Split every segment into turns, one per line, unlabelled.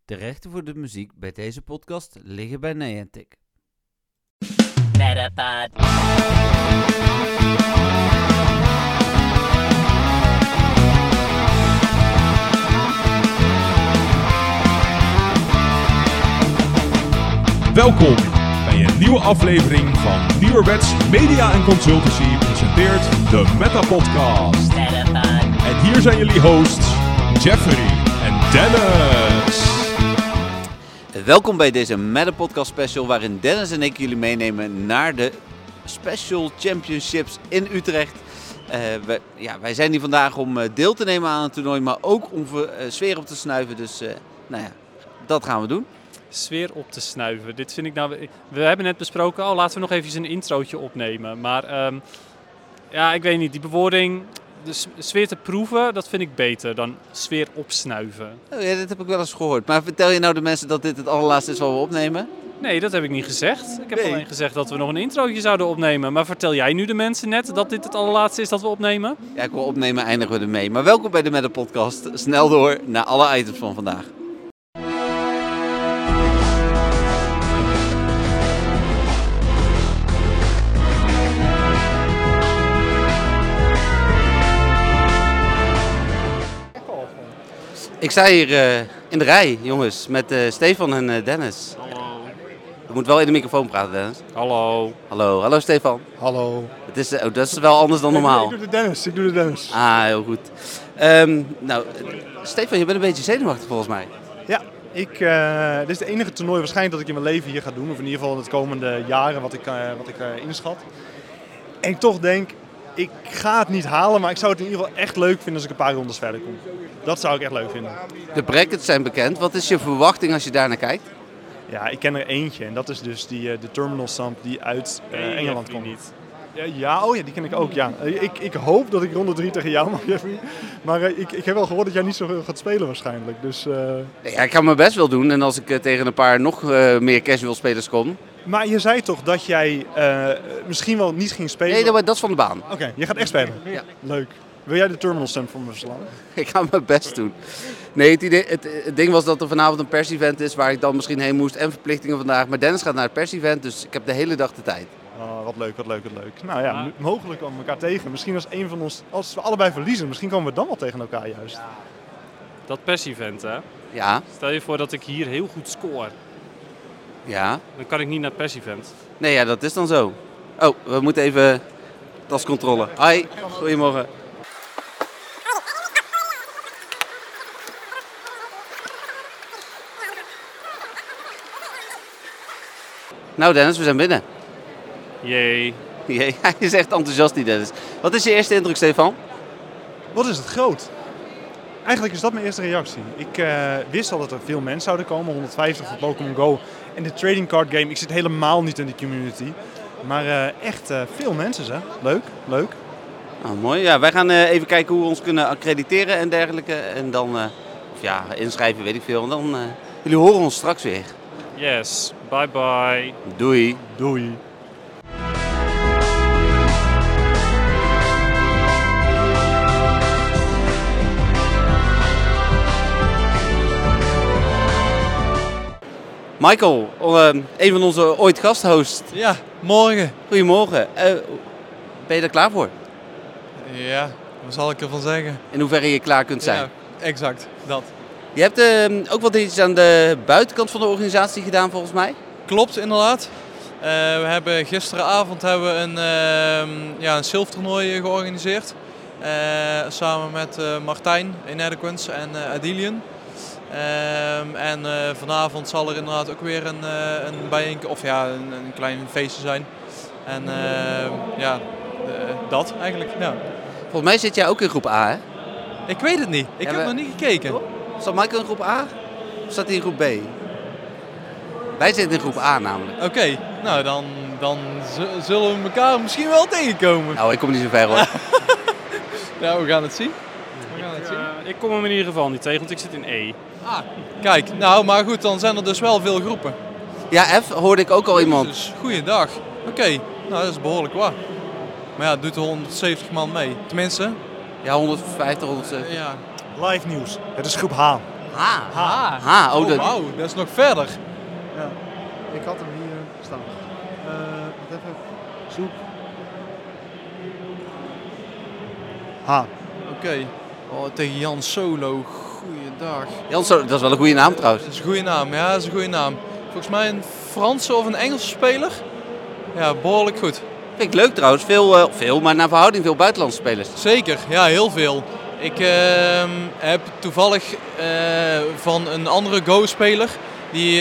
De rechten voor de muziek bij deze podcast liggen bij Niantic.
Metapod.
Welkom bij een nieuwe aflevering van Nieuwerwets Media en Consultancy presenteert de Metapodcast.
Metapod.
En hier zijn jullie hosts Jeffrey en Dennis.
Welkom bij deze Metapodcast special waarin Dennis en ik jullie meenemen naar de Special Championships in Utrecht. Wij zijn hier vandaag om deel te nemen aan het toernooi, maar ook om sfeer op te snuiven. Dus dat gaan we doen.
Sfeer op te snuiven. Dit vind ik nou... We hebben net besproken, laten we nog even een introotje opnemen. Maar ik weet niet, die bewoording, de sfeer te proeven, dat vind ik beter dan sfeer opsnuiven.
Oh ja, dat heb ik wel eens gehoord. Maar vertel je nou de mensen dat dit het allerlaatste is wat we opnemen?
Nee, dat heb ik niet gezegd. Ik heb alleen gezegd dat we nog een introotje zouden opnemen. Maar vertel jij nu de mensen net dat dit het allerlaatste is dat we opnemen?
Ja, ik wil opnemen, eindigen we ermee. Maar welkom bij de Metapodcast. Snel door naar alle items van vandaag. Ik sta hier in de rij, jongens, met Stefan en Dennis.
Hallo.
Je moet wel in de microfoon praten, Dennis.
Hallo.
Hallo Stefan.
Hallo.
Het is, dat is wel anders dan normaal.
Ik doe de Dennis.
Ah, heel goed. Stefan, je bent een beetje zenuwachtig volgens mij.
Ja, dit is het enige toernooi waarschijnlijk dat ik in mijn leven hier ga doen. Of in ieder geval in het komende jaren wat ik inschat. En ik toch denk, ik ga het niet halen, maar ik zou het in ieder geval echt leuk vinden als ik een paar rondes verder kom. Dat zou ik echt leuk vinden.
De brackets zijn bekend. Wat is je verwachting als je daar naar kijkt?
Ja, ik ken er eentje en dat is dus de Terminal Sump die uit Engeland komt.
Niet.
Ja, die ken ik ook, ja. Ik hoop dat ik ronde 3 tegen jou mag, Jeffrey. Maar ik heb wel gehoord dat jij niet zoveel gaat spelen waarschijnlijk. Dus,
Ja, ik ga mijn best wel doen. En als ik tegen een paar nog meer casual spelers kom.
Maar je zei toch dat jij misschien wel niet ging spelen?
Nee, dat is van de baan.
Oké, je gaat echt spelen?
Ja.
Leuk. Wil jij de Terminal Sump voor me verslaan?
Ik ga mijn best doen. Nee, het ding was dat er vanavond een pers-event is waar ik dan misschien heen moest. En verplichtingen vandaag. Maar Dennis gaat naar het pers-event, dus ik heb de hele dag de tijd.
Oh, wat leuk. Nou ja, mogelijk komen we elkaar tegen. Misschien als een van ons, als we allebei verliezen, misschien komen we dan wel tegen elkaar juist.
Dat pers-event, hè?
Ja,
Stel je voor dat ik hier heel goed score.
ja.
Dan kan ik niet naar het pers-event.
Nee, ja, dat is dan zo. Oh, we moeten even tascontrole. Hoi, goedemorgen. Nou Dennis, we zijn binnen.
Jee.
Jee, hij is echt enthousiast die Dennis. Wat is je eerste indruk, Stefan?
Wat is het groot? Eigenlijk is dat mijn eerste reactie. Ik wist al dat er veel mensen zouden komen, 150 voor Pokémon Go. En de trading card game, ik zit helemaal niet in die community. Maar echt veel mensen, hè. Leuk.
Nou, mooi. Ja, wij gaan even kijken hoe we ons kunnen accrediteren en dergelijke. En dan, inschrijven, weet ik veel. En dan, jullie horen ons straks weer.
Yes. Bye bye.
Doei.
Doei.
Michael, een van onze ooit gasthosts.
Ja, morgen.
Goedemorgen. Ben je er klaar voor?
Ja, wat zal ik ervan zeggen?
In hoeverre je klaar kunt zijn?
Ja, exact, dat.
Je hebt ook wat iets aan de buitenkant van de organisatie gedaan volgens mij?
Klopt, inderdaad. We hebben gisteravond een zilvertoernooi georganiseerd. Samen met Martijn, Inadequance en Adilian. En vanavond zal er inderdaad ook weer een klein feestje zijn. En dat eigenlijk, ja.
Volgens mij zit jij ook in groep A, hè?
Ik weet het niet, ik heb nog niet gekeken.
Staat Michael in groep A? Of staat hij in groep B? Wij zitten in groep A namelijk.
Oké, nou dan zullen we elkaar misschien wel tegenkomen.
Nou, ik kom niet zo ver hoor.
Ja, we gaan het zien.
Ik kom hem in ieder geval niet tegen, want ik zit in E.
Ah, kijk, nou maar goed, dan zijn er dus wel veel groepen.
Ja, F hoorde ik ook al iemand.
Dus, goeiedag. Oké, nou dat is behoorlijk wat. Maar ja, het doet er 170 man mee. Tenminste.
Ja, 150, 170.
Ja.
Live nieuws. Het is groep H.
Oh, dat...
Wauw, dat is nog verder.
Ja, ik had hem hier staan. Wat even zoek.
Oké. Oh, tegen Jan Solo. Goeiedag.
Jan, dat is wel een goede naam trouwens.
Dat is een goede naam, ja, dat is een goede naam. Volgens mij een Franse of een Engelse speler. Ja, behoorlijk goed.
Vind ik leuk trouwens. Veel, maar naar verhouding veel buitenlandse spelers.
Zeker, ja, heel veel. Ik heb toevallig van een andere Go-speler, die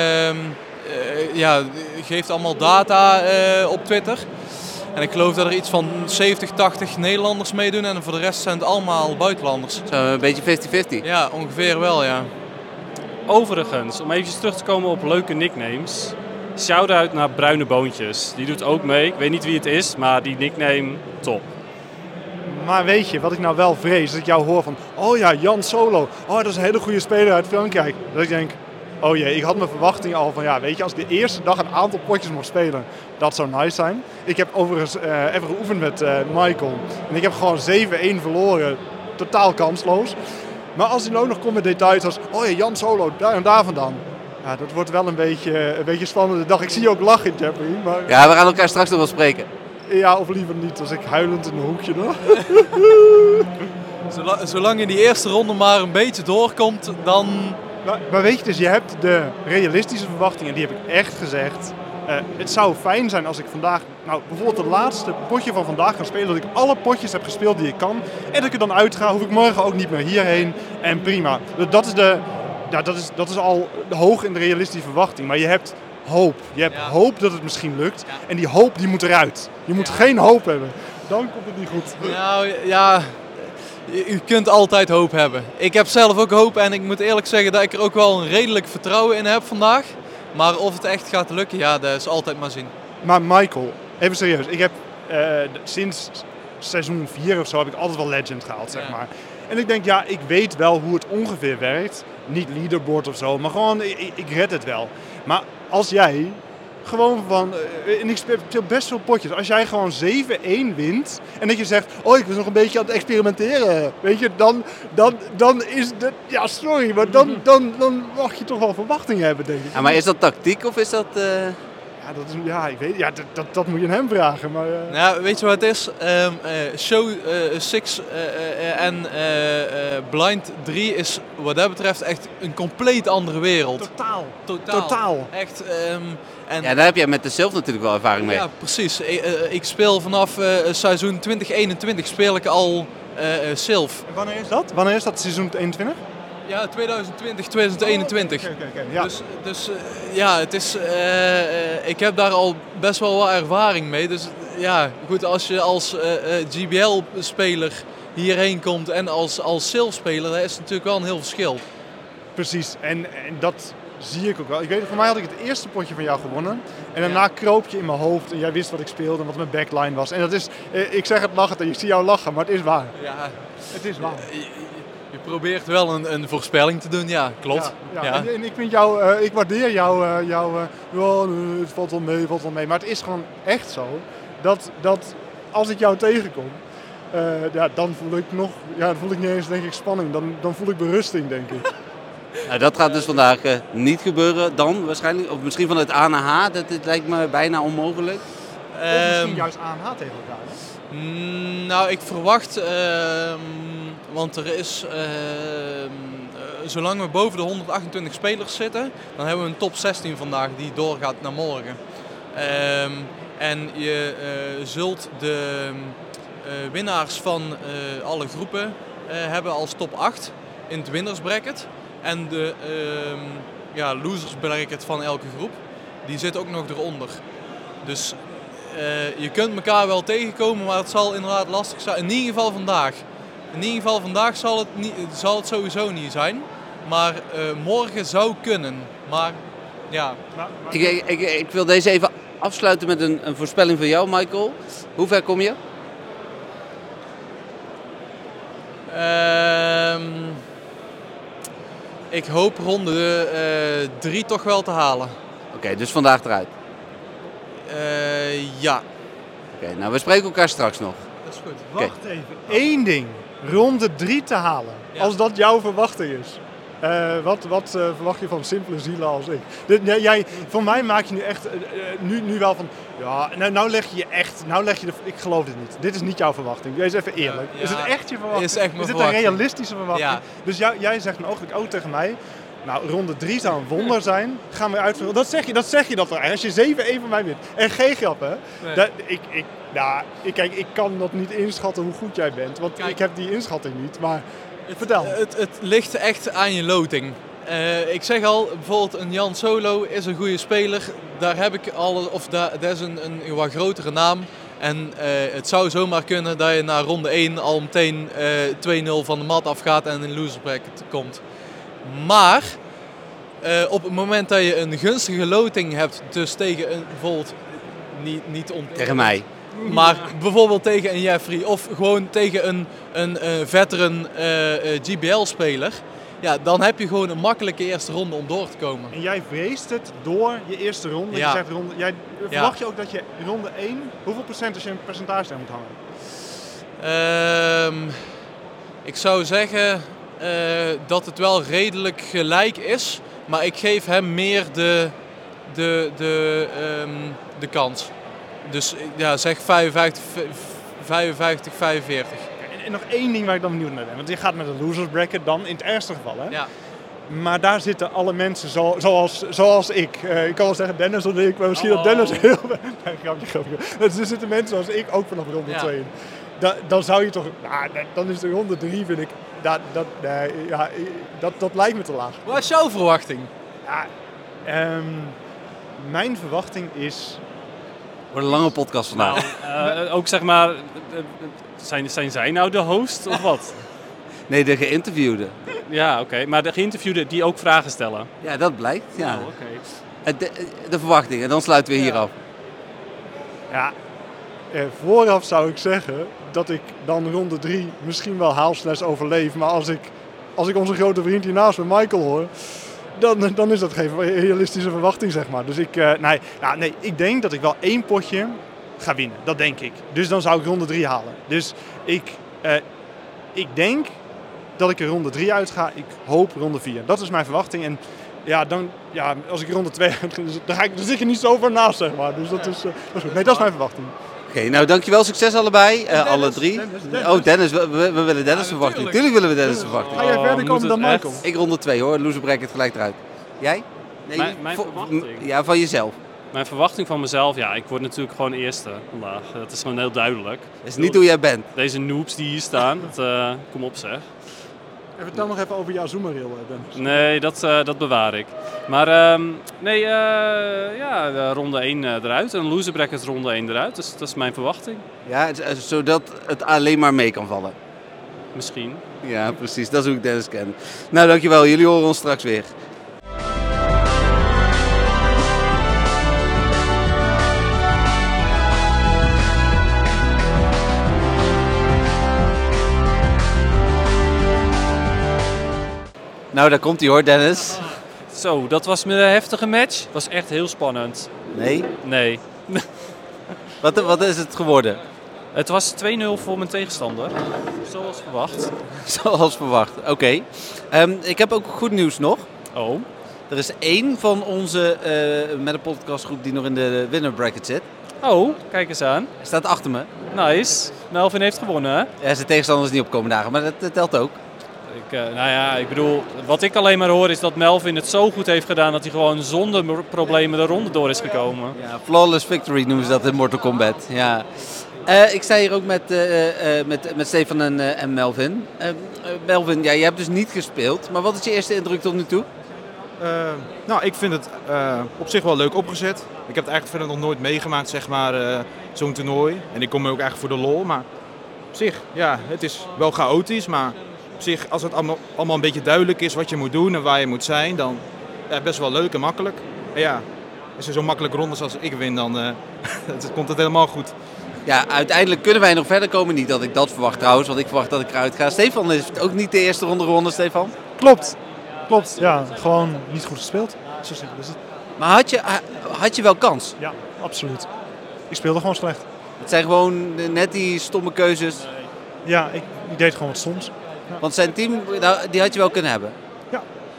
geeft allemaal data op Twitter. En ik geloof dat er iets van 70, 80 Nederlanders meedoen en voor de rest zijn het allemaal buitenlanders.
Zo een beetje 50-50.
Ja, ongeveer wel, ja.
Overigens, om even terug te komen op leuke nicknames. Shout-out naar Bruine Boontjes. Die doet ook mee. Ik weet niet wie het is, maar die nickname, top.
Maar weet je, wat ik nou wel vrees, dat ik jou hoor van... Oh ja, Jan Solo. Oh, dat is een hele goede speler uit Frankrijk. Dat ik denk, oh jee, ik had mijn verwachting al van... Ja, weet je, als ik de eerste dag een aantal potjes mocht spelen, dat zou nice zijn. Ik heb overigens even geoefend met Michael. En ik heb gewoon 7-1 verloren. Totaal kansloos. Maar als hij nou ook nog komt met details als... Oh ja, Jan Solo, daar en daar vandaan. Ja, dat wordt wel een beetje een spannende dag. Ik zie je ook lachen, Jeffrey. Maar...
Ja, we gaan elkaar straks nog wel spreken.
Ja, of liever niet, als ik huilend in een hoekje nog.
Zolang in die eerste ronde maar een beetje doorkomt, dan...
Maar weet je, dus je hebt de realistische verwachtingen, die heb ik echt gezegd. Het zou fijn zijn als ik vandaag, nou bijvoorbeeld het laatste potje van vandaag kan spelen, dat ik alle potjes heb gespeeld die ik kan. En dat ik er dan uitga, hoef ik morgen ook niet meer hierheen. En prima. Dat is al hoog in de realistische verwachting. Maar je hebt hoop. Je hebt hoop dat het misschien lukt. Ja. En die hoop die moet eruit. Je moet geen hoop hebben. Dan komt het niet goed.
Nou ja, je kunt altijd hoop hebben. Ik heb zelf ook hoop en ik moet eerlijk zeggen dat ik er ook wel een redelijk vertrouwen in heb vandaag. Maar of het echt gaat lukken, ja, dat is altijd maar zien.
Maar Michael, even serieus. Ik heb sinds seizoen 4 of zo heb ik altijd wel Legend gehaald, zeg maar. En ik denk, ja, ik weet wel hoe het ongeveer werkt. Niet leaderboard of zo, maar gewoon, ik red het wel. Maar als jij gewoon van, en ik speel best veel potjes, als jij gewoon 7-1 wint en dat je zegt, oh, ik was nog een beetje aan het experimenteren, weet je, dan is het, ja, sorry, maar dan mag je toch wel verwachtingen hebben, denk ik.
Ja, maar is dat tactiek of is dat...
Ik weet, ja, dat moet je aan hem vragen. Maar,
Nou, weet je wat het is? Show 6 en Blind 3 is wat dat betreft echt een compleet andere wereld.
Totaal.
Echt.
En daar heb jij met de Sylph natuurlijk wel ervaring mee.
Ja, precies. Ik speel vanaf seizoen 2021 speel ik al Sylph.
En wanneer is dat? Wanneer is dat, seizoen 21?
Ja, 2020, 2021.
Okay, ja.
Dus ja, het is, ik heb daar al best wel wat ervaring mee. Dus ja, goed, als je als GBL-speler hierheen komt en als Sylph-speler, dat is natuurlijk wel een heel verschil.
Precies, en dat zie ik ook wel. Ik weet, voor mij had ik het eerste potje van jou gewonnen. En daarna kroop je in mijn hoofd en jij wist wat ik speelde en wat mijn backline was. En dat is, ik zeg het lachend en ik zie jou lachen, maar het is waar.
Ja.
Het is waar.
Je probeert wel een voorspelling te doen, ja, klopt.
Ja. En ik vind jou, ik waardeer jou, het valt wel mee. Maar het is gewoon echt zo, dat als ik jou tegenkom, dan voel ik niet eens, denk ik, spanning. Dan voel ik berusting, denk ik.
Nou, dat gaat dus vandaag niet gebeuren dan waarschijnlijk. Of misschien vanuit A naar H, dat lijkt me bijna onmogelijk.
Of misschien juist A en H tegen elkaar.
Nou, ik verwacht, want er is, zolang we boven de 128 spelers zitten, dan hebben we een top 16 vandaag die doorgaat naar morgen. En je zult de winnaars van alle groepen hebben als top 8 in het winners bracket. En de losers bracket van elke groep, die zit ook nog eronder. Dus je kunt elkaar wel tegenkomen, maar het zal inderdaad lastig zijn. In ieder geval vandaag zal het sowieso niet zijn. Maar morgen zou kunnen. Maar ja.
Ik wil deze even afsluiten met een voorspelling van jou, Michael. Hoe ver kom je?
Ik hoop ronde 3 toch wel te halen.
Oké, dus vandaag eruit?
Ja.
Oké, nou we spreken elkaar straks nog.
Dat is goed.
Wacht even. 1 ding. Ronde 3 te halen. Ja. Als dat jouw verwachting is. Wat verwacht je van simpele zielen als ik? Voor mij maak je nu echt nu wel van... Ja, nou leg je echt... ik geloof dit niet. Dit is niet jouw verwachting. Wees even eerlijk.
Ja,
is het echt je verwachting?
Is
dit een realistische verwachting?
Ja.
Dus jij zegt ook tegen mij... Nou, ronde 3 zou een wonder zijn. Gaan we uitvoeren. Dat zeg je dat er. Als je 7-1 van mij wint. En geen grap, hè? Nee. Kijk, ik kan dat niet inschatten hoe goed jij bent. Want ik heb die inschatting niet. Maar vertel.
Het ligt echt aan je loting. Ik zeg al, bijvoorbeeld een Jan Solo is een goede speler. Daar heb ik dat is een wat grotere naam. En het zou zomaar kunnen dat je na ronde 1 al meteen 2-0 van de mat afgaat en in loser bracket komt. Maar op het moment dat je een gunstige loting hebt, dus tegen een bijvoorbeeld
Tegen mij.
Maar bijvoorbeeld tegen een Jeffrey of gewoon tegen een veteran GBL-speler, ja, dan heb je gewoon een makkelijke eerste ronde om door te komen.
En jij vreest het door je eerste ronde.
Ja.
Je zegt verwacht je ook dat je ronde 1, hoeveel percentage daar moet hangen?
Ik zou zeggen dat het wel redelijk gelijk is, maar ik geef hem meer de kans. Dus ja, zeg 55, 45.
En nog één ding waar ik dan benieuwd naar ben. Want je gaat met een losers bracket dan, in het ergste geval. Hè?
Ja.
Maar daar zitten alle mensen zoals ik. Ik kan wel zeggen Dennis of ik, maar misschien dat Dennis heel... Nee, grapje. Dus er zitten mensen zoals ik ook vanaf ronde 2 in. Dan zou je toch... dan is de ronde 3, vind ik... Dat lijkt me te laag.
Wat is jouw verwachting?
Ja, mijn verwachting is...
Wordt een lange podcast vandaag.
Ook zeg maar, zijn zij nou de host of wat?
Nee, de geïnterviewde.
Ja, oké. Maar de geïnterviewden die ook vragen stellen.
Ja, dat blijkt. Ja.
Oh, oké.
De verwachting. En dan sluiten we hier af.
Ja, vooraf zou ik zeggen dat ik dan ronde 3 misschien wel haalsles overleef. Maar als ik onze grote vriend hiernaast met Michael hoor, dan is dat geen realistische verwachting, zeg maar. Dus ik denk dat ik wel 1 potje ga winnen. Dat denk ik. Dus dan zou ik ronde 3 halen. Dus ik denk dat ik er ronde 3 uit ga. Ik hoop ronde 4. Dat is mijn verwachting. En als ik ronde 2 dan zit ik er niet zo over naast, zeg maar. Dus dat is goed. Nee, dat is mijn verwachting.
Oké, nou dankjewel. Succes allebei. Alle 3.
Dennis.
Oh, Dennis. We willen Dennis verwachten. Natuurlijk willen we Dennis verwachten.
Ga jij verder komen dan Michael?
Ik ronde 2 hoor. Loser bracket gelijk eruit. Jij? Nee,
Mijn verwachting?
Ja, van jezelf.
Mijn verwachting van mezelf, ja, ik word natuurlijk gewoon eerste vandaag. Dat is gewoon heel duidelijk.
Dat is niet hoe jij bent.
Deze noobs die hier staan, kom op zeg.
En vertel nog even over jouw Zoomerrail, Dennis.
Nee, dat bewaar ik. Maar ronde 1 eruit en loser bracket ronde 1 eruit. Dus dat is mijn verwachting.
Ja, zodat het alleen maar mee kan vallen.
Misschien.
Ja, precies. Dat is hoe ik Dennis ken. Nou, dankjewel. Jullie horen ons straks weer. Nou, daar komt hij hoor, Dennis.
Zo, dat was een heftige match. Was echt heel spannend.
Nee?
Nee.
Wat is het geworden?
Het was 2-0 voor mijn tegenstander. Zoals verwacht.
Zoals verwacht. Oké. Ik heb ook goed nieuws nog.
Oh.
Er is 1 van onze met de podcastgroep die nog in de winner bracket zit.
Oh, kijk eens aan.
Hij staat achter me.
Nice. Melvin heeft gewonnen, hè?
Ja, zijn tegenstander is niet op komende dagen, maar dat telt ook.
Ik bedoel, wat ik alleen maar hoor is dat Melvin het zo goed heeft gedaan dat hij gewoon zonder problemen de ronde door is gekomen.
Ja, flawless victory noemen ze dat in Mortal Kombat. Ja. Ik sta hier ook met Stefan en Melvin. Melvin, ja, je hebt dus niet gespeeld, maar wat is je eerste indruk tot nu toe?
Ik vind het op zich wel leuk opgezet. Ik heb het eigenlijk verder nog nooit meegemaakt, zeg maar, zo'n toernooi. En ik kom er ook eigenlijk voor de lol, maar op zich, ja, het is wel chaotisch, maar op zich, als het allemaal een beetje duidelijk is wat je moet doen en waar je moet zijn, dan best wel leuk en makkelijk. En ja, als je zo'n makkelijk rondes als ik win, dan komt het helemaal goed.
Ja, uiteindelijk kunnen wij nog verder komen. Niet dat ik dat verwacht trouwens, want ik verwacht dat ik eruit ga. Stefan is ook niet de eerste ronde, Stefan?
Klopt. Ja, gewoon niet goed gespeeld. Zo simpel is het.
Maar had je wel kans?
Ja, absoluut. Ik speelde gewoon slecht.
Het zijn gewoon net die stomme keuzes.
Ja, ik deed gewoon wat stoms.
Want zijn team, die had je wel kunnen hebben.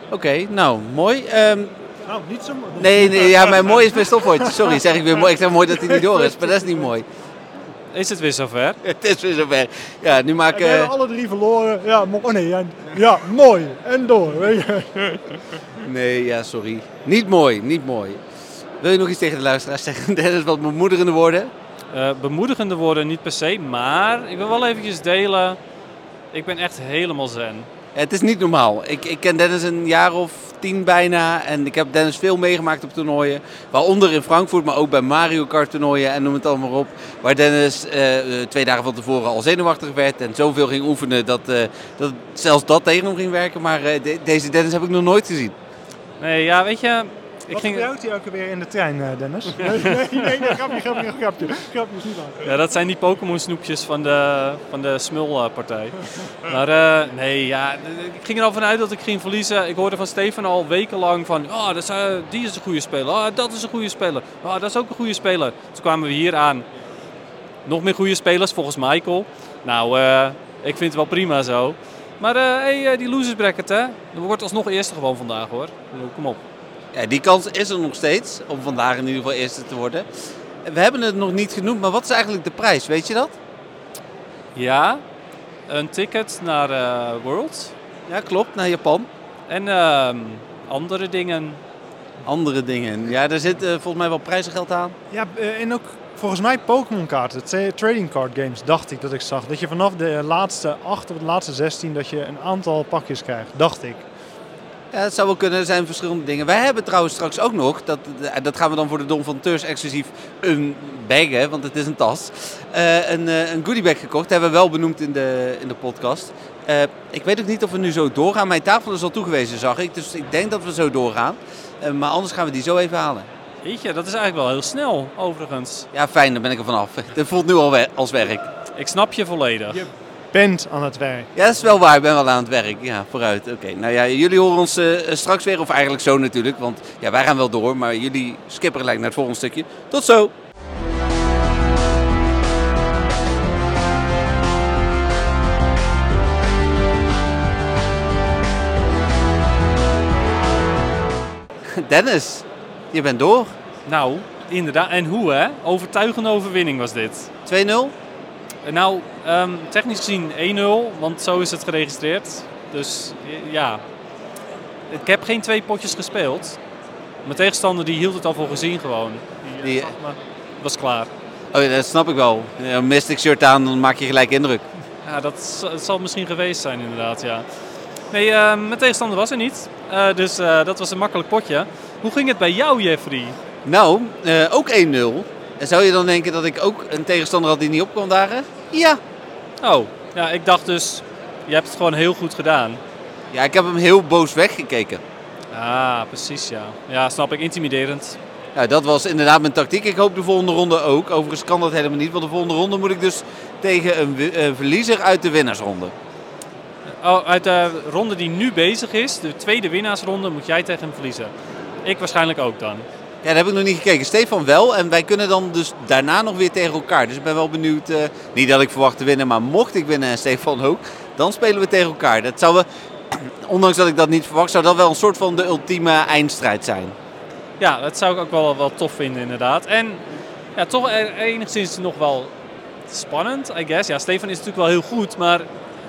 Oké, nou, mooi.
Nou, niet zo...
Nee, ja, maar mooi is mijn stopwoordje. Sorry, zeg ik weer mooi. Ik zeg mooi dat hij niet door is, maar dat is niet mooi.
Is het weer zover?
Het is weer zover. Ja, nu
We
maken...
hebben alle 3 verloren. Ja, ja, mooi. En door, weet je.
Nee, ja, sorry. Niet mooi, niet mooi. Wil je nog iets tegen de luisteraars zeggen? Dennis, wat bemoedigende woorden?
Bemoedigende woorden niet per se, maar ik wil wel eventjes delen. Ik ben echt helemaal zen.
Het is niet normaal. Ik ken Dennis een jaar of 10 bijna. En ik heb Dennis veel meegemaakt op toernooien. Waaronder in Frankfurt, maar ook bij Mario Kart toernooien en noem het allemaal op. Waar Dennis 2 dagen van tevoren al zenuwachtig werd. En zoveel ging oefenen dat zelfs dat tegen hem ging werken. Maar deze Dennis heb ik nog nooit gezien.
Nee, ja, weet je...
Wat gebruikt hij ook weer in de trein, Dennis? Nee, grapje. Grapje is niet waar.
Ja, dat zijn die Pokémon snoepjes van de smulpartij. Maar nee, ja, ik ging er al vanuit dat ik ging verliezen. Ik hoorde van Stefan al wekenlang van, die is een goede speler, dat is een goede speler, dat is ook een goede speler. Toen kwamen we hier aan. Nog meer goede spelers volgens Michael. Nou, ik vind het wel prima zo. Maar die losers bracket, hè, er wordt alsnog eerste gewoon vandaag, hoor. Kom op.
Ja, die kans is er nog steeds, om vandaag in ieder geval eerste te worden. We hebben het nog niet genoemd, maar wat is eigenlijk de prijs? Weet je dat?
Ja, een ticket naar Worlds.
Ja, klopt, naar Japan.
En andere dingen.
Andere dingen. Ja, daar zit volgens mij wel prijzengeld aan.
Ja, en ook volgens mij Pokémon kaarten, trading card games, dacht ik dat ik zag. Dat je vanaf de laatste 8 of de laatste 16 dat je een aantal pakjes krijgt, dacht ik.
Ja, het zou wel kunnen, er zijn verschillende dingen. Wij hebben trouwens straks ook nog, dat gaan we dan voor de Don van Teurs exclusief een bag, hè, want het is een tas. Een goodiebag gekocht, dat hebben we wel benoemd in de podcast. Ik weet ook niet of we nu zo doorgaan. Mijn tafel is al toegewezen, zag ik, dus ik denk dat we zo doorgaan. Maar anders gaan we die zo even halen.
Jeetje, dat is eigenlijk wel heel snel, overigens.
Ja, fijn, daar ben ik er vanaf. Het voelt nu al als werk.
Ik snap je volledig.
Je bent aan het werk.
Ja, dat is wel waar. Ik ben wel aan het werk. Ja, vooruit. Oké. Nou ja, jullie horen ons straks weer. Of eigenlijk zo natuurlijk. Want ja, wij gaan wel door. Maar jullie skipperen lijkt naar het volgende stukje. Tot zo! Dennis, je bent door.
Nou, inderdaad. En hoe, hè? Overtuigende overwinning was dit.
2-0?
Nou, technisch gezien 1-0, want zo is het geregistreerd. Dus ja, ik heb geen 2 potjes gespeeld. Mijn tegenstander die hield het al voor gezien gewoon. Die was klaar.
Oh ja, dat snap ik wel. Een Mystic shirt aan, dan maak je gelijk indruk.
Ja, dat zal misschien geweest zijn inderdaad, ja. Nee, mijn tegenstander was er niet. Dus dat was een makkelijk potje. Hoe ging het bij jou, Jeffrey?
Nou, ook 1-0. En zou je dan denken dat ik ook een tegenstander had die niet op kon dagen? Ja.
Oh, ja, ik dacht dus, je hebt het gewoon heel goed gedaan.
Ja, ik heb hem heel boos weggekeken.
Ah, precies, ja. Ja, snap ik. Intimiderend.
Ja, dat was inderdaad mijn tactiek. Ik hoop de volgende ronde ook. Overigens kan dat helemaal niet, want de volgende ronde moet ik dus tegen een verliezer uit de winnaarsronde.
Oh, uit de ronde die nu bezig is, de tweede winnaarsronde, moet jij tegen hem verliezen. Ik waarschijnlijk ook dan.
Ja, dat heb ik nog niet gekeken. Stefan wel. En wij kunnen dan dus daarna nog weer tegen elkaar. Dus ik ben wel benieuwd. Niet dat ik verwacht te winnen, maar mocht ik winnen en Stefan ook, dan spelen we tegen elkaar. Dat zou ondanks dat ik dat niet verwacht, zou dat wel een soort van de ultieme eindstrijd zijn.
Ja, dat zou ik ook wel tof vinden inderdaad. En ja, toch enigszins nog wel spannend, I guess. Ja, Stefan is natuurlijk wel heel goed, maar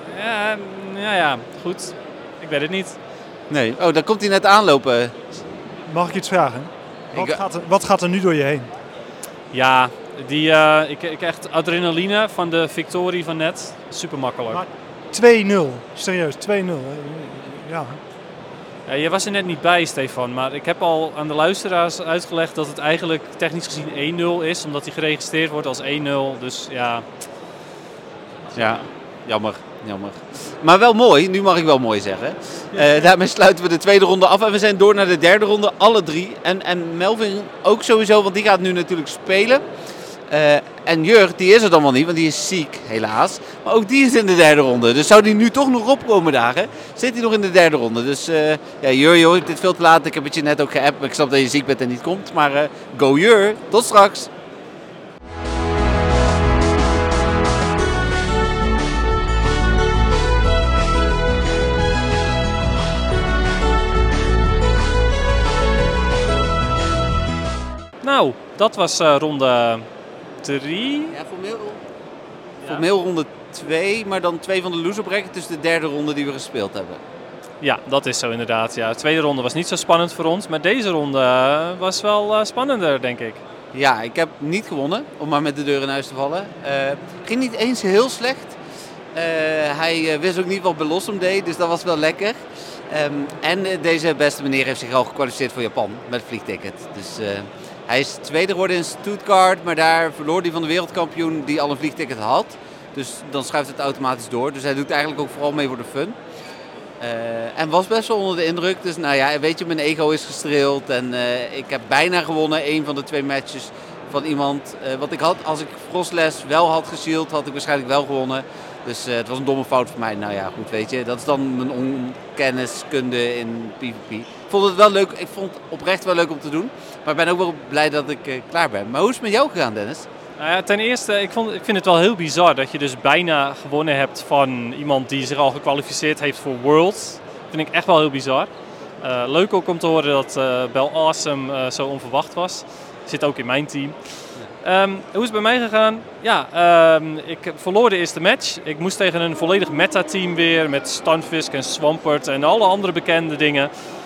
ja, goed. Ik weet het niet.
Nee. Oh, daar komt hij net aanlopen.
Mag ik iets vragen? Wat gaat er nu door je heen?
Ja, ik echt adrenaline van de victorie van net. Super makkelijk.
Maar 2-0. Serieus, 2-0. Ja.
Ja, je was er net niet bij, Stefan, maar ik heb al aan de luisteraars uitgelegd dat het eigenlijk technisch gezien 1-0 is, omdat hij geregistreerd wordt als 1-0. Dus ja.
Ja, jammer. Maar wel mooi, nu mag ik wel mooi zeggen. Daarmee sluiten we de tweede ronde af en we zijn door naar de derde ronde, alle 3. En Melvin ook sowieso, want die gaat nu natuurlijk spelen. En Jurg, die is er dan wel niet, want die is ziek, helaas. Maar ook die is in de derde ronde. Dus zou die nu toch nog opkomen dagen, zit hij nog in de derde ronde. Dus Jur, je hoort dit veel te laat. Ik heb het je net ook geappt. Ik snap dat je ziek bent en niet komt. Maar go Jur, tot straks.
Nou, dat was ronde 3.
Ja, formeel ronde 2, maar dan 2 van de loser bracket. Dus de derde ronde die we gespeeld hebben.
Ja, dat is zo inderdaad. Ja. De tweede ronde was niet zo spannend voor ons, maar deze ronde was wel spannender, denk ik.
Ja, ik heb niet gewonnen, om maar met de deur in huis te vallen. Ging niet eens heel slecht. Hij wist ook niet wat Belossom deed, dus dat was wel lekker. En deze beste meneer heeft zich al gekwalificeerd voor Japan met vliegticket. Dus hij is tweede geworden in Stuttgart, maar daar verloor hij van de wereldkampioen die al een vliegticket had. Dus dan schuift het automatisch door. Dus hij doet eigenlijk ook vooral mee voor de fun. En was best wel onder de indruk. Dus nou ja, weet je, mijn ego is gestreeld. En ik heb bijna gewonnen. Een van de 2 matches van iemand. Wat ik had, als ik Frostles wel had geshield, had ik waarschijnlijk wel gewonnen. Dus het was een domme fout voor mij. Nou ja, goed, weet je. Dat is dan mijn onkenniskunde in PvP. Ik vond het wel leuk. Ik vond het oprecht wel leuk om te doen. Maar ik ben ook wel blij dat ik klaar ben. Maar hoe is het met jou gegaan, Dennis?
Nou ja, ten eerste, ik vind het wel heel bizar dat je dus bijna gewonnen hebt van iemand die zich al gekwalificeerd heeft voor Worlds. Dat vind ik echt wel heel bizar. Leuk ook om te horen dat Bell Awesome zo onverwacht was. Zit ook in mijn team. Hoe is het bij mij gegaan? Ja, ik verloor de eerste match. Ik moest tegen een volledig meta-team weer met Stunfisk en Swampert en alle andere bekende dingen.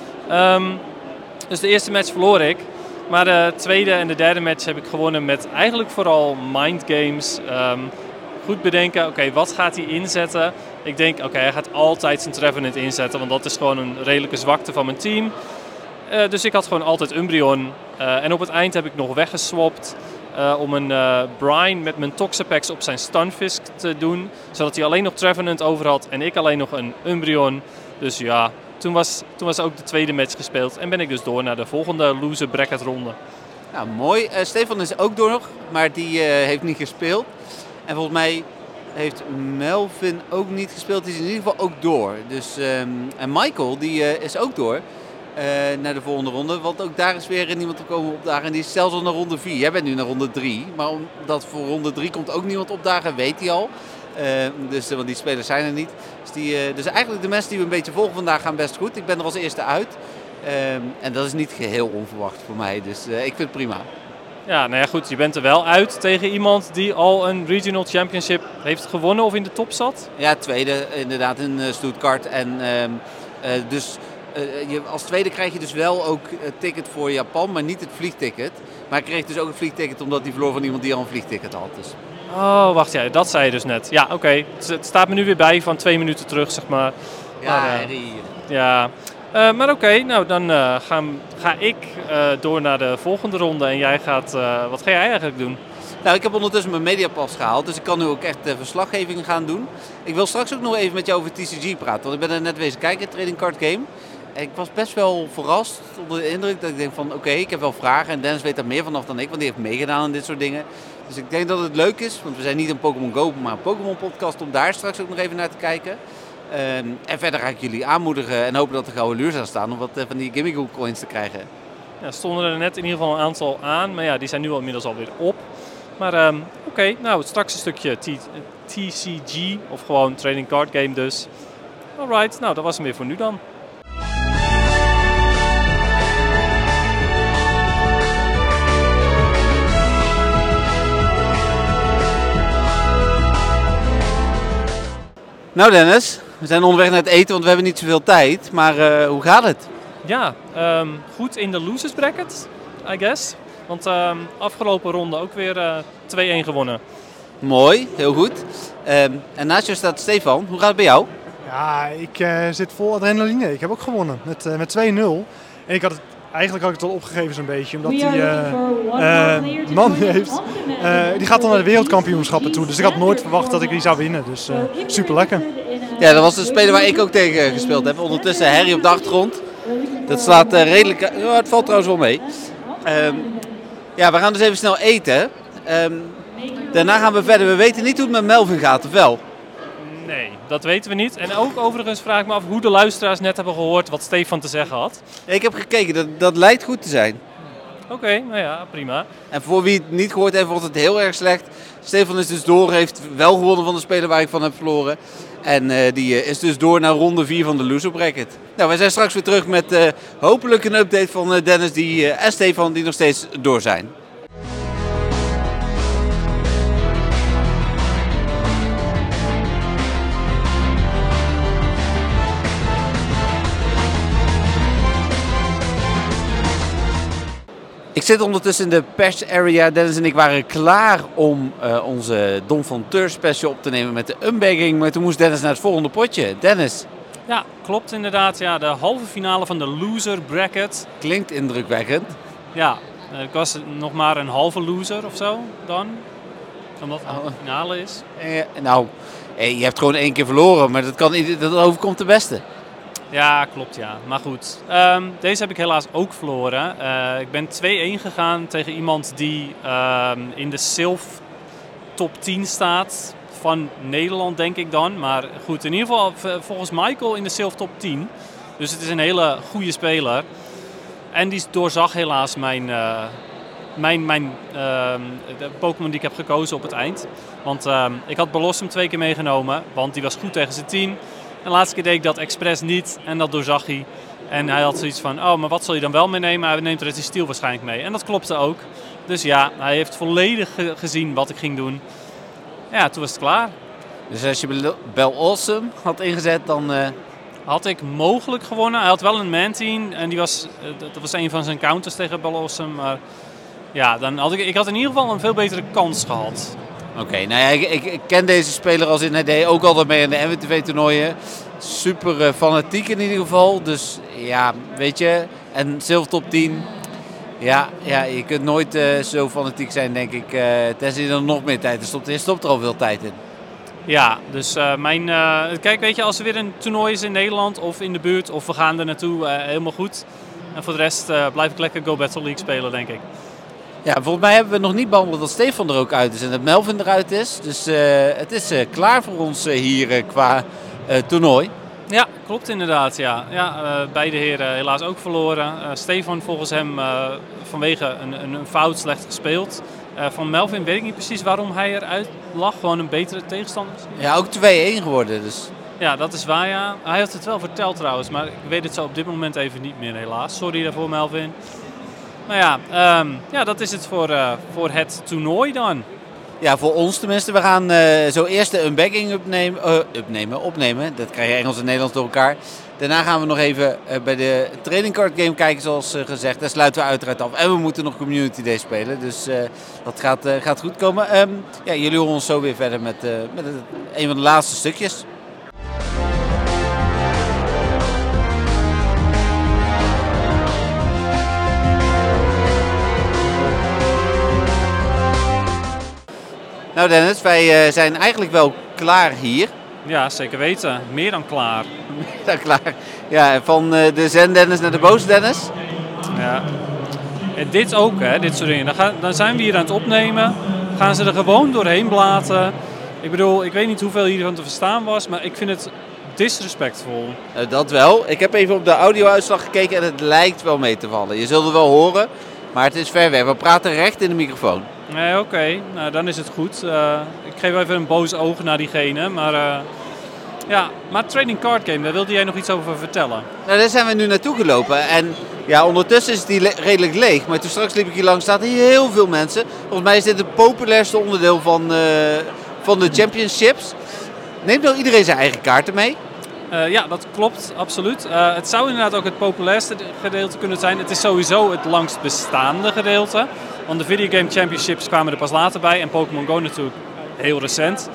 Dus de eerste match verloor ik. Maar de tweede en de derde match heb ik gewonnen met eigenlijk vooral mind games. Goed bedenken, oké, wat gaat hij inzetten? Ik denk, oké, hij gaat altijd zijn Trevenant inzetten, want dat is gewoon een redelijke zwakte van mijn team. Dus ik had gewoon altijd Umbreon. En op het eind heb ik nog weggeswapt om een Brine met mijn Toxapex op zijn Stunfisk te doen. Zodat hij alleen nog Trevenant over had en ik alleen nog een Umbreon. Dus ja, toen was ook de tweede match gespeeld en ben ik dus door naar de volgende loser bracket ronde.
Nou, mooi. Stefan is ook door nog, maar die heeft niet gespeeld. En volgens mij heeft Melvin ook niet gespeeld. Die is in ieder geval ook door. Dus, en Michael die is ook door naar de volgende ronde. Want ook daar is weer niemand opkomen opdagen. En die is zelfs al naar ronde 4. Jij bent nu naar ronde 3. Maar omdat voor ronde 3 komt ook niemand opdagen, weet hij al. Want die spelers zijn er niet. Dus eigenlijk de mensen die we een beetje volgen vandaag gaan best goed. Ik ben er als eerste uit. En dat is niet geheel onverwacht voor mij. Dus ik vind het prima.
Ja, nou ja goed. Je bent er wel uit tegen iemand die al een Regional Championship heeft gewonnen of in de top zat?
Ja, tweede inderdaad in Stuttgart. En als tweede krijg je dus wel ook het ticket voor Japan, maar niet het vliegticket. Maar ik kreeg dus ook het vliegticket omdat hij verloor van iemand die al een vliegticket had. Dus.
Oh, wacht, ja, dat zei je dus net. Ja, oké. Het staat me nu weer bij van 2 minuten terug, zeg maar. Maar oké, nou dan ga ik door naar de volgende ronde en jij gaat, wat ga jij eigenlijk doen?
Nou, ik heb ondertussen mijn mediapas gehaald, dus ik kan nu ook echt verslaggeving gaan doen. Ik wil straks ook nog even met jou over TCG praten, want ik ben er net wezen kijken, Trading Card Game. En ik was best wel verrast, onder de indruk dat ik denk van oké, ik heb wel vragen en Dennis weet daar meer vanaf dan ik, want die heeft meegedaan aan dit soort dingen. Dus ik denk dat het leuk is, want we zijn niet een Pokémon Go, maar een Pokémon podcast om daar straks ook nog even naar te kijken. En verder ga ik jullie aanmoedigen en hopen dat er gouden luurs aan staan om wat van die Gimmighoop coins te krijgen.
Ja, stonden er net in ieder geval een aantal aan, maar ja, die zijn nu al inmiddels alweer op. Maar oké, nou straks een stukje TCG of gewoon Trading Card Game dus. Alright, nou dat was hem weer voor nu dan.
Nou Dennis, we zijn onderweg naar het eten, want we hebben niet zoveel tijd. Maar hoe gaat het?
Ja, goed in de losers bracket, I guess. Want afgelopen ronde ook weer 2-1 gewonnen.
Mooi, heel goed. En naast je staat Stefan. Hoe gaat het bij jou?
Ja, ik zit vol adrenaline. Ik heb ook gewonnen met 2-0. En eigenlijk had ik het al opgegeven zo'n beetje. Omdat die man heeft, die gaat dan naar de wereldkampioenschappen toe. Dus ik had nooit verwacht dat ik die zou winnen. Dus super lekker.
Ja, dat was de speler waar ik ook tegen gespeeld heb. Ondertussen Harry op de achtergrond. Dat slaat redelijk... het valt trouwens wel mee. Ja, we gaan dus even snel eten. Daarna gaan we verder. We weten niet hoe het met Melvin gaat, of wel?
Nee, dat weten we niet. En ook overigens vraag ik me af hoe de luisteraars net hebben gehoord wat Stefan te zeggen had.
Ja, ik heb gekeken, dat lijkt goed te zijn.
Oké, nou ja, prima.
En voor wie het niet gehoord heeft, wordt het heel erg slecht. Stefan is dus door, heeft wel gewonnen van de speler waar ik van heb verloren. En die is dus door naar ronde 4 van de loser bracket. Nou, wij zijn straks weer terug met hopelijk een update van Dennis en Stefan die nog steeds door zijn. zit ondertussen in de pers area. Dennis en ik waren klaar om onze Don van Teur special op te nemen met de unbagging. Maar toen moest Dennis naar het volgende potje. Dennis.
Ja, klopt inderdaad. Ja, de halve finale van de loser bracket.
Klinkt indrukwekkend.
Ja, ik was nog maar een halve loser of zo dan. Omdat het de finale is.
Je hebt gewoon 1 keer verloren, maar dat overkomt de beste.
Ja, klopt ja. Maar goed, deze heb ik helaas ook verloren. Ik ben 2-1 gegaan tegen iemand die in de Silf top 10 staat van Nederland, denk ik dan. Maar goed, in ieder geval volgens Michael in de Silf top 10. Dus het is een hele goede speler. En die doorzag helaas de Pokémon die ik heb gekozen op het eind. Want ik had Bellossom 2 keer meegenomen, want die was goed tegen zijn team. En de laatste keer deed ik dat expres niet en dat doorzag hij. En hij had zoiets van, maar wat zal je dan wel meenemen? Hij neemt Resisteel waarschijnlijk mee. En dat klopte ook. Dus ja, hij heeft volledig gezien wat ik ging doen. Ja, toen was het klaar.
Dus als je Bellossom had ingezet, dan...
Had ik mogelijk gewonnen. Hij had wel een man-team en dat was een van zijn counters tegen Bellossom. Maar ja, dan had ik had in ieder geval een veel betere kans gehad.
Oké, nou ja, ik ken deze speler als in hij deed ook altijd mee in de MWTV-toernooien. Super fanatiek in ieder geval. Dus ja, weet je. En Silver top 10. Ja, je kunt nooit zo fanatiek zijn, denk ik. Tenzij er nog meer tijd is. Er stopt er al veel tijd in.
Ja, dus kijk, weet je, als er weer een toernooi is in Nederland of in de buurt of we gaan er naartoe, helemaal goed. En voor de rest blijf ik lekker Go Battle League spelen, denk ik.
Ja, volgens mij hebben we nog niet behandeld dat Stefan er ook uit is en dat Melvin eruit is. Dus het is klaar voor ons hier qua toernooi.
Ja, klopt inderdaad. Ja. Beide heren helaas ook verloren. Stefan volgens hem vanwege een fout slecht gespeeld. Van Melvin weet ik niet precies waarom hij eruit lag. Gewoon een betere tegenstander.
Ja, ook 2-1 geworden. Dus.
Ja, dat is waar, ja. Hij had het wel verteld trouwens, maar ik weet het zo op dit moment even niet meer helaas. Sorry daarvoor, Melvin. Maar ja, dat is het voor het toernooi dan.
Ja, voor ons tenminste. We gaan zo eerst de unbagging opnemen. Dat krijg je Engels en Nederlands door elkaar. Daarna gaan we nog even bij de trading card game kijken, zoals gezegd. Daar sluiten we uiteraard af. En we moeten nog Community Day spelen. Dus dat gaat goed komen. Jullie horen ons zo weer verder met een van de laatste stukjes. Nou Dennis, wij zijn eigenlijk wel klaar hier.
Ja, zeker weten. Meer dan klaar.
Meer dan klaar. Ja, van de Zen Dennis naar de Boos Dennis.
Ja. En dit ook, hè, dit soort dingen. Dan zijn we hier aan het opnemen. Gaan ze er gewoon doorheen blaten. Ik bedoel, ik weet niet hoeveel hiervan te verstaan was, maar ik vind het disrespectvol.
Dat wel. Ik heb even op de audio-uitslag gekeken en het lijkt wel mee te vallen. Je zult het wel horen, maar het is ver weg. We praten recht in de microfoon.
Nee, oké. Nou, dan is het goed. Ik geef even een boos oog naar diegene. Maar Trading Card Game, daar wilde jij nog iets over vertellen?
Nou, daar zijn we nu naartoe gelopen. En ja, ondertussen is die redelijk leeg. Maar toen straks liep ik hier langs, staat hier heel veel mensen. Volgens mij is dit het populairste onderdeel van de championships. Neemt nou iedereen zijn eigen kaarten mee?
Ja, dat klopt, absoluut. Het zou inderdaad ook het populairste gedeelte kunnen zijn. Het is sowieso het langst bestaande gedeelte. Want de Video Game Championships kwamen er pas later bij. En Pokémon Go natuurlijk heel recent.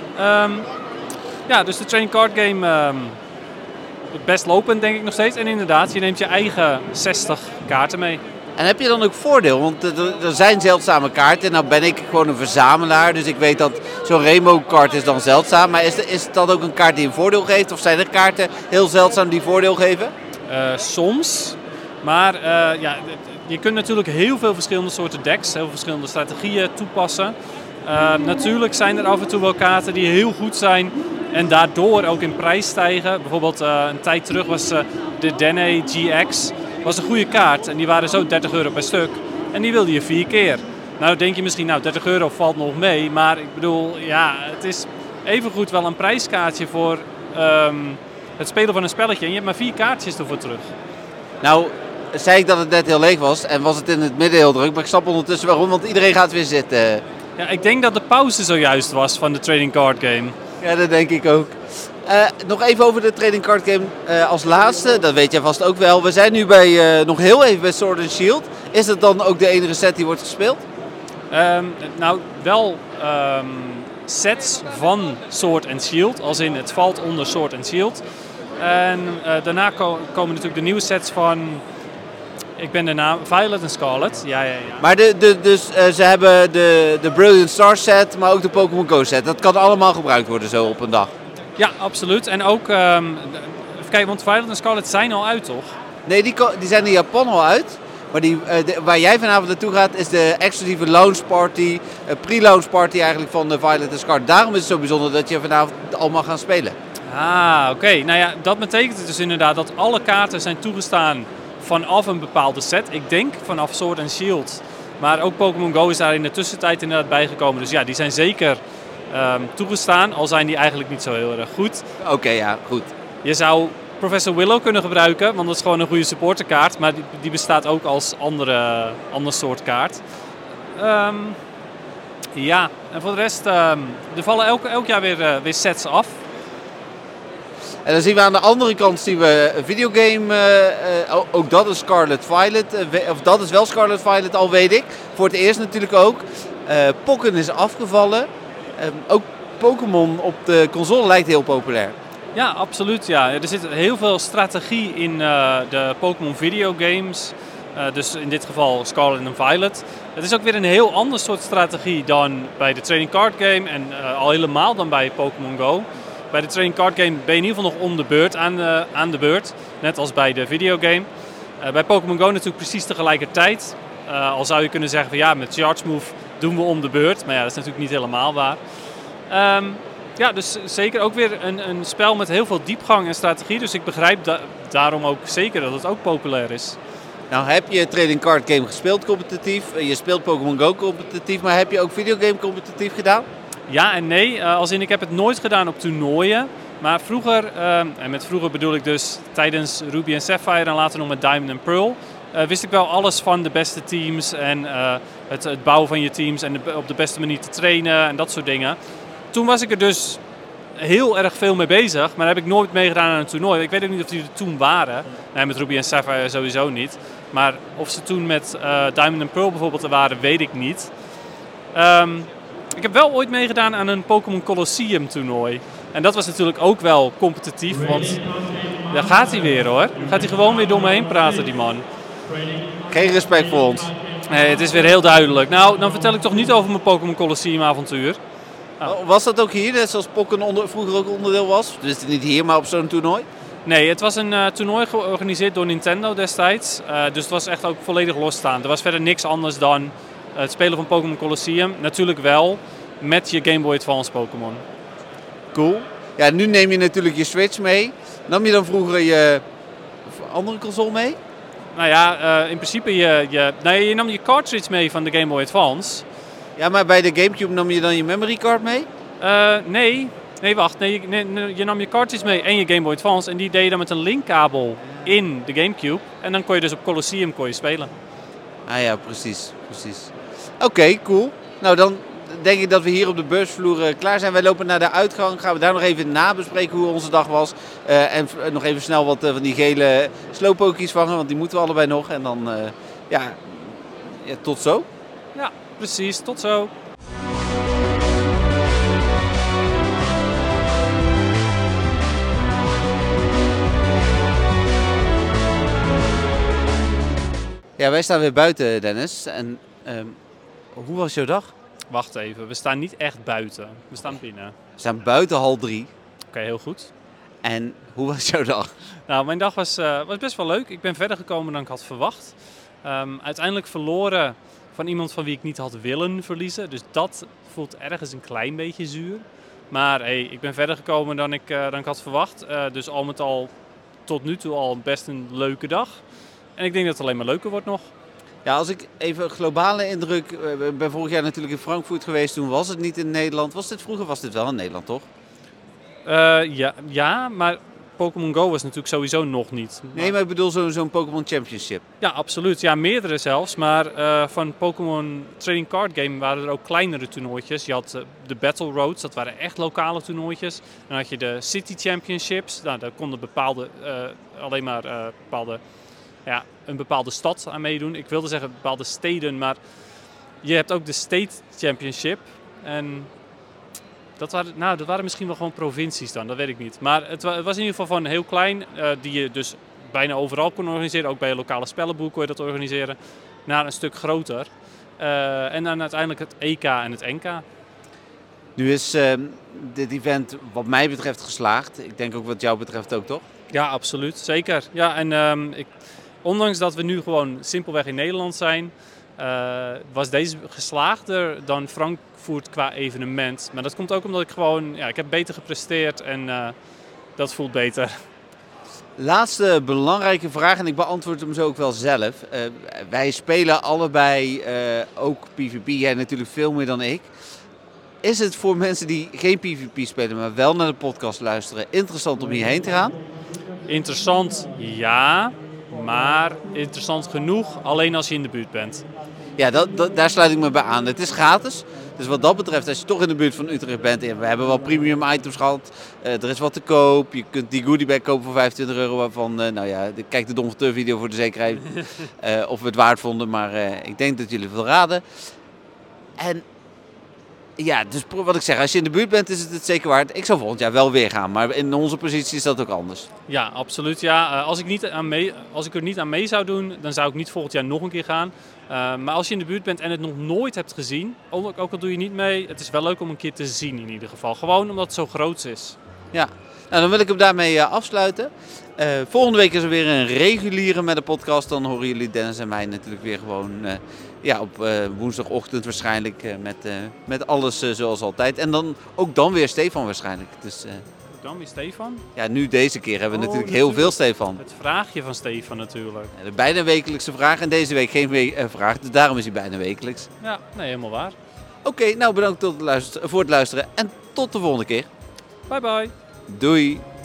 Dus de Trading Card Game best lopend denk ik nog steeds. En inderdaad, je neemt je eigen 60 kaarten mee.
En heb je dan ook voordeel? Want er zijn zeldzame kaarten. Nou ben ik gewoon een verzamelaar. Dus ik weet dat zo'n Rainbow kaart is dan zeldzaam. Maar is dat ook een kaart die een voordeel geeft? Of zijn er kaarten heel zeldzaam die voordeel geven?
Soms. Maar je kunt natuurlijk heel veel verschillende soorten decks, heel veel verschillende strategieën toepassen. Natuurlijk zijn er af en toe wel kaarten die heel goed zijn en daardoor ook in prijs stijgen. Bijvoorbeeld een tijd terug was de Dene GX was een goede kaart en die waren zo €30 per stuk en die wilde je 4 keer. Nou denk je misschien, €30 valt nog mee, maar ik bedoel, ja, het is evengoed wel een prijskaartje voor het spelen van een spelletje en je hebt maar 4 kaartjes ervoor terug.
Nou, zei ik dat het net heel leeg was en was het in het midden heel druk, maar ik snap ondertussen waarom, want iedereen gaat weer zitten.
Ja, ik denk dat de pauze zojuist was van de Trading Card Game.
Ja, dat denk ik ook. Nog even over de trading card game als laatste. Dat weet jij vast ook wel. We zijn nu nog heel even bij Sword and Shield. Is dat dan ook de enige set die wordt gespeeld?
Nou, wel sets van Sword and Shield. Als in het valt onder Sword and Shield. En daarna komen natuurlijk de nieuwe sets van... Ik ben de naam Violet en Scarlet. Ja.
Maar dus ze hebben de Brilliant Star set, maar ook de Pokémon Go set. Dat kan allemaal gebruikt worden zo op een dag.
Ja, absoluut. En ook, even kijken, want Violet en Scarlet zijn al uit, toch?
Nee, die zijn in Japan al uit. Maar waar jij vanavond naartoe gaat is de exclusieve launch party, pre-launch party eigenlijk van de Violet en Scarlet. Daarom is het zo bijzonder dat je vanavond al mag gaan spelen.
Oké. Nou ja, dat betekent dus inderdaad dat alle kaarten zijn toegestaan vanaf een bepaalde set. Ik denk vanaf Sword and Shield. Maar ook Pokémon Go is daar in de tussentijd inderdaad bijgekomen. Dus ja, die zijn zeker toegestaan, al zijn die eigenlijk niet zo heel erg goed.
Oké, ja, goed. Je
zou Professor Willow kunnen gebruiken, want dat is gewoon een goede supporterkaart. Maar die bestaat ook als ander soort kaart. Ja, en voor de rest, er vallen elk jaar weer sets af.
En dan zien we aan de andere kant een videogame, ook dat is Scarlet Violet, of dat is wel Scarlet Violet al weet ik. Voor het eerst natuurlijk ook. Pokken is afgevallen. Ook Pokémon op de console lijkt heel populair.
Ja, absoluut. Ja. Er zit heel veel strategie in de Pokémon videogames. Dus in dit geval Scarlet en Violet. Het is ook weer een heel ander soort strategie dan bij de trading card game en al helemaal dan bij Pokémon Go. Bij de trading card game ben je in ieder geval nog om de beurt aan de beurt. Net als bij de videogame. Bij Pokémon Go natuurlijk precies tegelijkertijd. Al zou je kunnen zeggen van ja, met Charge Move doen we om de beurt. Maar ja, dat is natuurlijk niet helemaal waar. Ja, dus zeker ook weer een spel met heel veel diepgang en strategie. Dus ik begrijp daarom ook zeker dat het ook populair is.
Nou heb je trading card game gespeeld competitief. Je speelt Pokémon Go competitief. Maar heb je ook videogame competitief gedaan?
Ja en nee. Als in ik heb het nooit gedaan op toernooien. Maar vroeger, en met vroeger bedoel ik dus tijdens Ruby en Sapphire en later nog met Diamond en Pearl, wist ik wel alles van de beste teams en het bouwen van je teams en op de beste manier te trainen en dat soort dingen. Toen was ik er dus heel erg veel mee bezig, maar heb ik nooit meegedaan aan een toernooi. Ik weet ook niet of die er toen waren. Nee, met Ruby en Sapphire sowieso niet. Maar of ze toen met Diamond en Pearl bijvoorbeeld er waren, weet ik niet. Ik heb wel ooit meegedaan aan een Pokémon Colosseum toernooi. En dat was natuurlijk ook wel competitief, want daar gaat hij weer hoor. Gaat hij gewoon weer door me heen praten, die man.
Geen respect voor ons.
Nee, het is weer heel duidelijk. Nou, dan vertel ik toch niet over mijn Pokémon Colosseum avontuur.
Oh. Was dat ook hier, net zoals Pokken vroeger ook onderdeel was? Dus niet hier, maar op zo'n toernooi?
Nee, het was een toernooi georganiseerd door Nintendo destijds. Dus het was echt ook volledig losstaand. Er was verder niks anders dan het spelen van Pokémon Colosseum. Natuurlijk wel met je Game Boy Advance Pokémon.
Cool. Ja, nu neem je natuurlijk je Switch mee. Nam je dan vroeger je andere console mee?
Nou ja, in principe je nam je cartridge mee van de Game Boy Advance.
Ja, maar bij de Gamecube nam je dan je memory card mee?
Nee, wacht. Nee, je nam je cartridge mee en je Game Boy Advance. En die deed je dan met een linkkabel in de Gamecube. En dan kon je dus op Colosseum spelen.
Ah ja, precies. Oké, cool. Nou, dan denk ik dat we hier op de beursvloer klaar zijn. Wij lopen naar de uitgang. Gaan we daar nog even nabespreken hoe onze dag was. En nog even snel wat van die gele slowpokies vangen. Want die moeten we allebei nog. En dan, ja, tot zo.
Ja, precies. Tot zo.
Ja, wij staan weer buiten, Dennis. En hoe was jouw dag?
Wacht even, we staan niet echt buiten. We staan binnen.
We staan buiten 2:30.
Oké, heel goed.
En hoe was jouw dag?
Nou, mijn dag was best wel leuk. Ik ben verder gekomen dan ik had verwacht. Uiteindelijk verloren van iemand van wie ik niet had willen verliezen. Dus dat voelt ergens een klein beetje zuur. Maar hey, ik ben verder gekomen dan ik had verwacht. Dus al met al tot nu toe al best een leuke dag. En ik denk dat het alleen maar leuker wordt nog.
Ja, als ik even een globale indruk... Ik ben vorig jaar natuurlijk in Frankfurt geweest. Toen was het niet in Nederland. Vroeger was dit wel in Nederland, toch?
Ja, maar Pokémon Go was natuurlijk sowieso nog niet.
Nee, maar ik bedoel zo'n Pokémon Championship.
Ja, absoluut. Ja, meerdere zelfs. Maar van Pokémon Trading Card Game waren er ook kleinere toernooitjes. Je had de Battle Roads, dat waren echt lokale toernooitjes. Dan had je de City Championships. Nou, daar konden alleen maar een bepaalde stad aan meedoen. Ik wilde zeggen bepaalde steden, maar je hebt ook de State Championship. En dat waren misschien wel gewoon provincies dan, dat weet ik niet. Maar het was in ieder geval van heel klein, die je dus bijna overal kon organiseren. Ook bij een lokale spellenboek kon je dat organiseren. Naar een stuk groter. En dan uiteindelijk het EK en het NK.
Nu is dit event wat mij betreft geslaagd. Ik denk ook wat jou betreft ook, toch?
Ja, absoluut. Zeker. Ja, en ondanks dat we nu gewoon simpelweg in Nederland zijn, was deze geslaagder dan Frankfurt qua evenement. Maar dat komt ook omdat ik heb beter gepresteerd en dat voelt beter.
Laatste belangrijke vraag en ik beantwoord hem zo ook wel zelf. Wij spelen allebei ook PvP, jij natuurlijk veel meer dan ik. Is het voor mensen die geen PvP spelen, maar wel naar de podcast luisteren, interessant om hierheen te gaan?
Interessant, ja. Maar interessant genoeg alleen als je in de buurt bent.
Ja, daar sluit ik me bij aan. Het is gratis. Dus wat dat betreft, als je toch in de buurt van Utrecht bent, we hebben wel premium items gehad. Er is wat te koop. Je kunt die goodiebag kopen voor €25 waarvan, kijk de Don van Teur video voor de zekerheid of we het waard vonden. Maar ik denk dat jullie het wel raden. En ja, dus wat ik zeg, als je in de buurt bent is het zeker waard. Ik zou volgend jaar wel weer gaan, maar in onze positie is dat ook anders.
Ja, absoluut. Ja. Als ik er niet aan mee zou doen, dan zou ik niet volgend jaar nog een keer gaan. Maar als je in de buurt bent en het nog nooit hebt gezien, ook al doe je niet mee, het is wel leuk om een keer te zien in ieder geval. Gewoon omdat het zo groot is.
Ja, nou, dan wil ik hem daarmee afsluiten. Volgende week is er weer een reguliere met de podcast. Dan horen jullie Dennis en mij natuurlijk weer gewoon op woensdagochtend waarschijnlijk met alles zoals altijd. En dan weer Stefan waarschijnlijk. Dus,
dan weer Stefan?
Ja, nu deze keer hebben we natuurlijk heel veel Stefan.
Het vraagje van Stefan natuurlijk.
Ja, de bijna wekelijkse vraag en deze week geen vraag. Dus daarom is hij bijna wekelijks.
Ja, nee, helemaal waar.
Oké, nou bedankt voor het luisteren en tot de volgende keer.
Bye bye.
Doei.